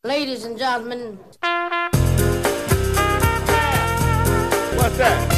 Ladies and gentlemen. What's that?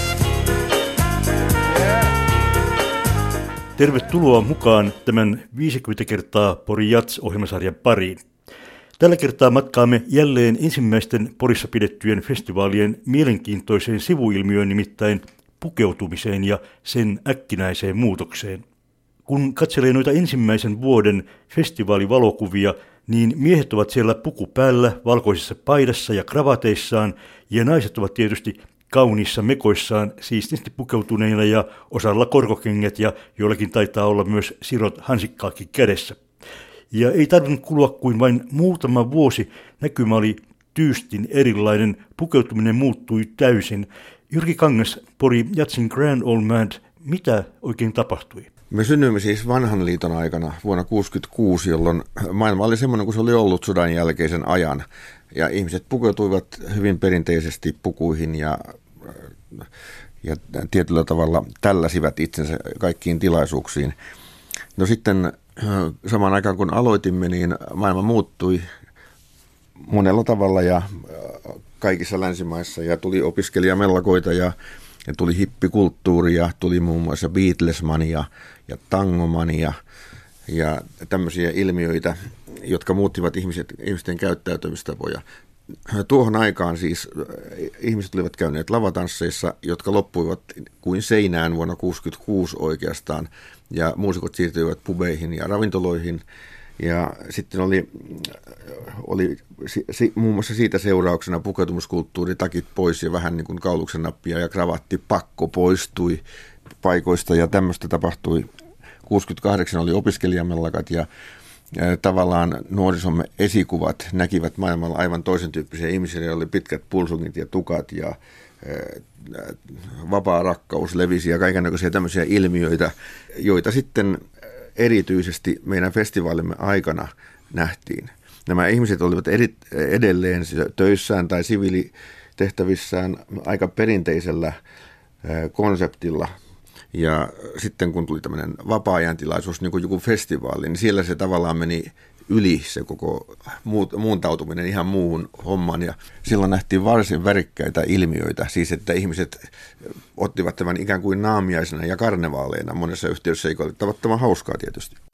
Tervetuloa mukaan tämän 50 kertaa Pori Jats-ohjelmasarjan pariin. Tällä kertaa matkaamme jälleen ensimmäisten Porissa pidettyjen festivaalien mielenkiintoiseen sivuilmiöön, nimittäin pukeutumiseen ja sen äkkinäiseen muutokseen. Kun katselee noita ensimmäisen vuoden festivaalivalokuvia, niin miehet ovat siellä puku päällä, valkoisessa paidassa ja kravateissaan, ja naiset ovat tietysti kauniissa mekoissaan siististi pukeutuneina ja osalla korkokengät ja joillakin taitaa olla myös sirot hansikkaakin kädessä. Ja ei tarvinnut kulua kuin vain muutama vuosi, näkymä oli tyystin erilainen, pukeutuminen muuttui täysin. Jyrki Kangas, Pori Jatsin Grand Old Man, mitä oikein tapahtui? Me synnyimme siis vanhan liiton aikana vuonna 1966, jolloin maailma oli semmoinen kuin se oli ollut sodan jälkeisen ajan. Ja ihmiset pukeutuivat hyvin perinteisesti pukuihin ja tietyllä tavalla tälläsivät itsensä kaikkiin tilaisuuksiin. No sitten samaan aikaan kun aloitimme, niin maailma muuttui monella tavalla ja kaikissa länsimaissa ja tuli opiskelijamellakoita ja tuli hippikulttuuri ja tuli muun muassa Beatlesmania ja tangomania ja tämmöisiä ilmiöitä, jotka muuttivat ihmisten käyttäytymistapoja. Tuohon aikaan siis ihmiset olivat käyneet lavatansseissa, jotka loppuivat kuin seinään vuonna 1966 oikeastaan, ja muusikot siirtyivät pubeihin ja ravintoloihin, ja sitten oli muun muassa siitä seurauksena pukeutumuskulttuuri, takit pois ja vähän niin kuin kauluksen nappia ja kravatti pakko poistui paikoista, ja tämmöistä tapahtui. 68 oli opiskelijamellakat ja tavallaan nuorisomme esikuvat näkivät maailmalla aivan toisen tyyppisiä ihmisiä, joilla oli pitkät pulsungit ja tukat ja vapaa rakkaus levisi ja kaikennäköisiä tämmöisiä ilmiöitä, joita sitten erityisesti meidän festivaalimme aikana nähtiin. Nämä ihmiset olivat edelleen töissään tai siviilitehtävissään aika perinteisellä konseptilla. Ja sitten kun tuli tämmöinen vapaa-ajan tilaisuus, niin kuin joku festivaali, niin siellä se tavallaan meni yli se koko muuntautuminen ihan muuhun hommaan. Ja silloin nähtiin varsin värikkäitä ilmiöitä, siis että ihmiset ottivat tämän ikään kuin naamiaisena ja karnevaaleina monessa yhteydessä, joka oli tavattoman hauskaa tietysti.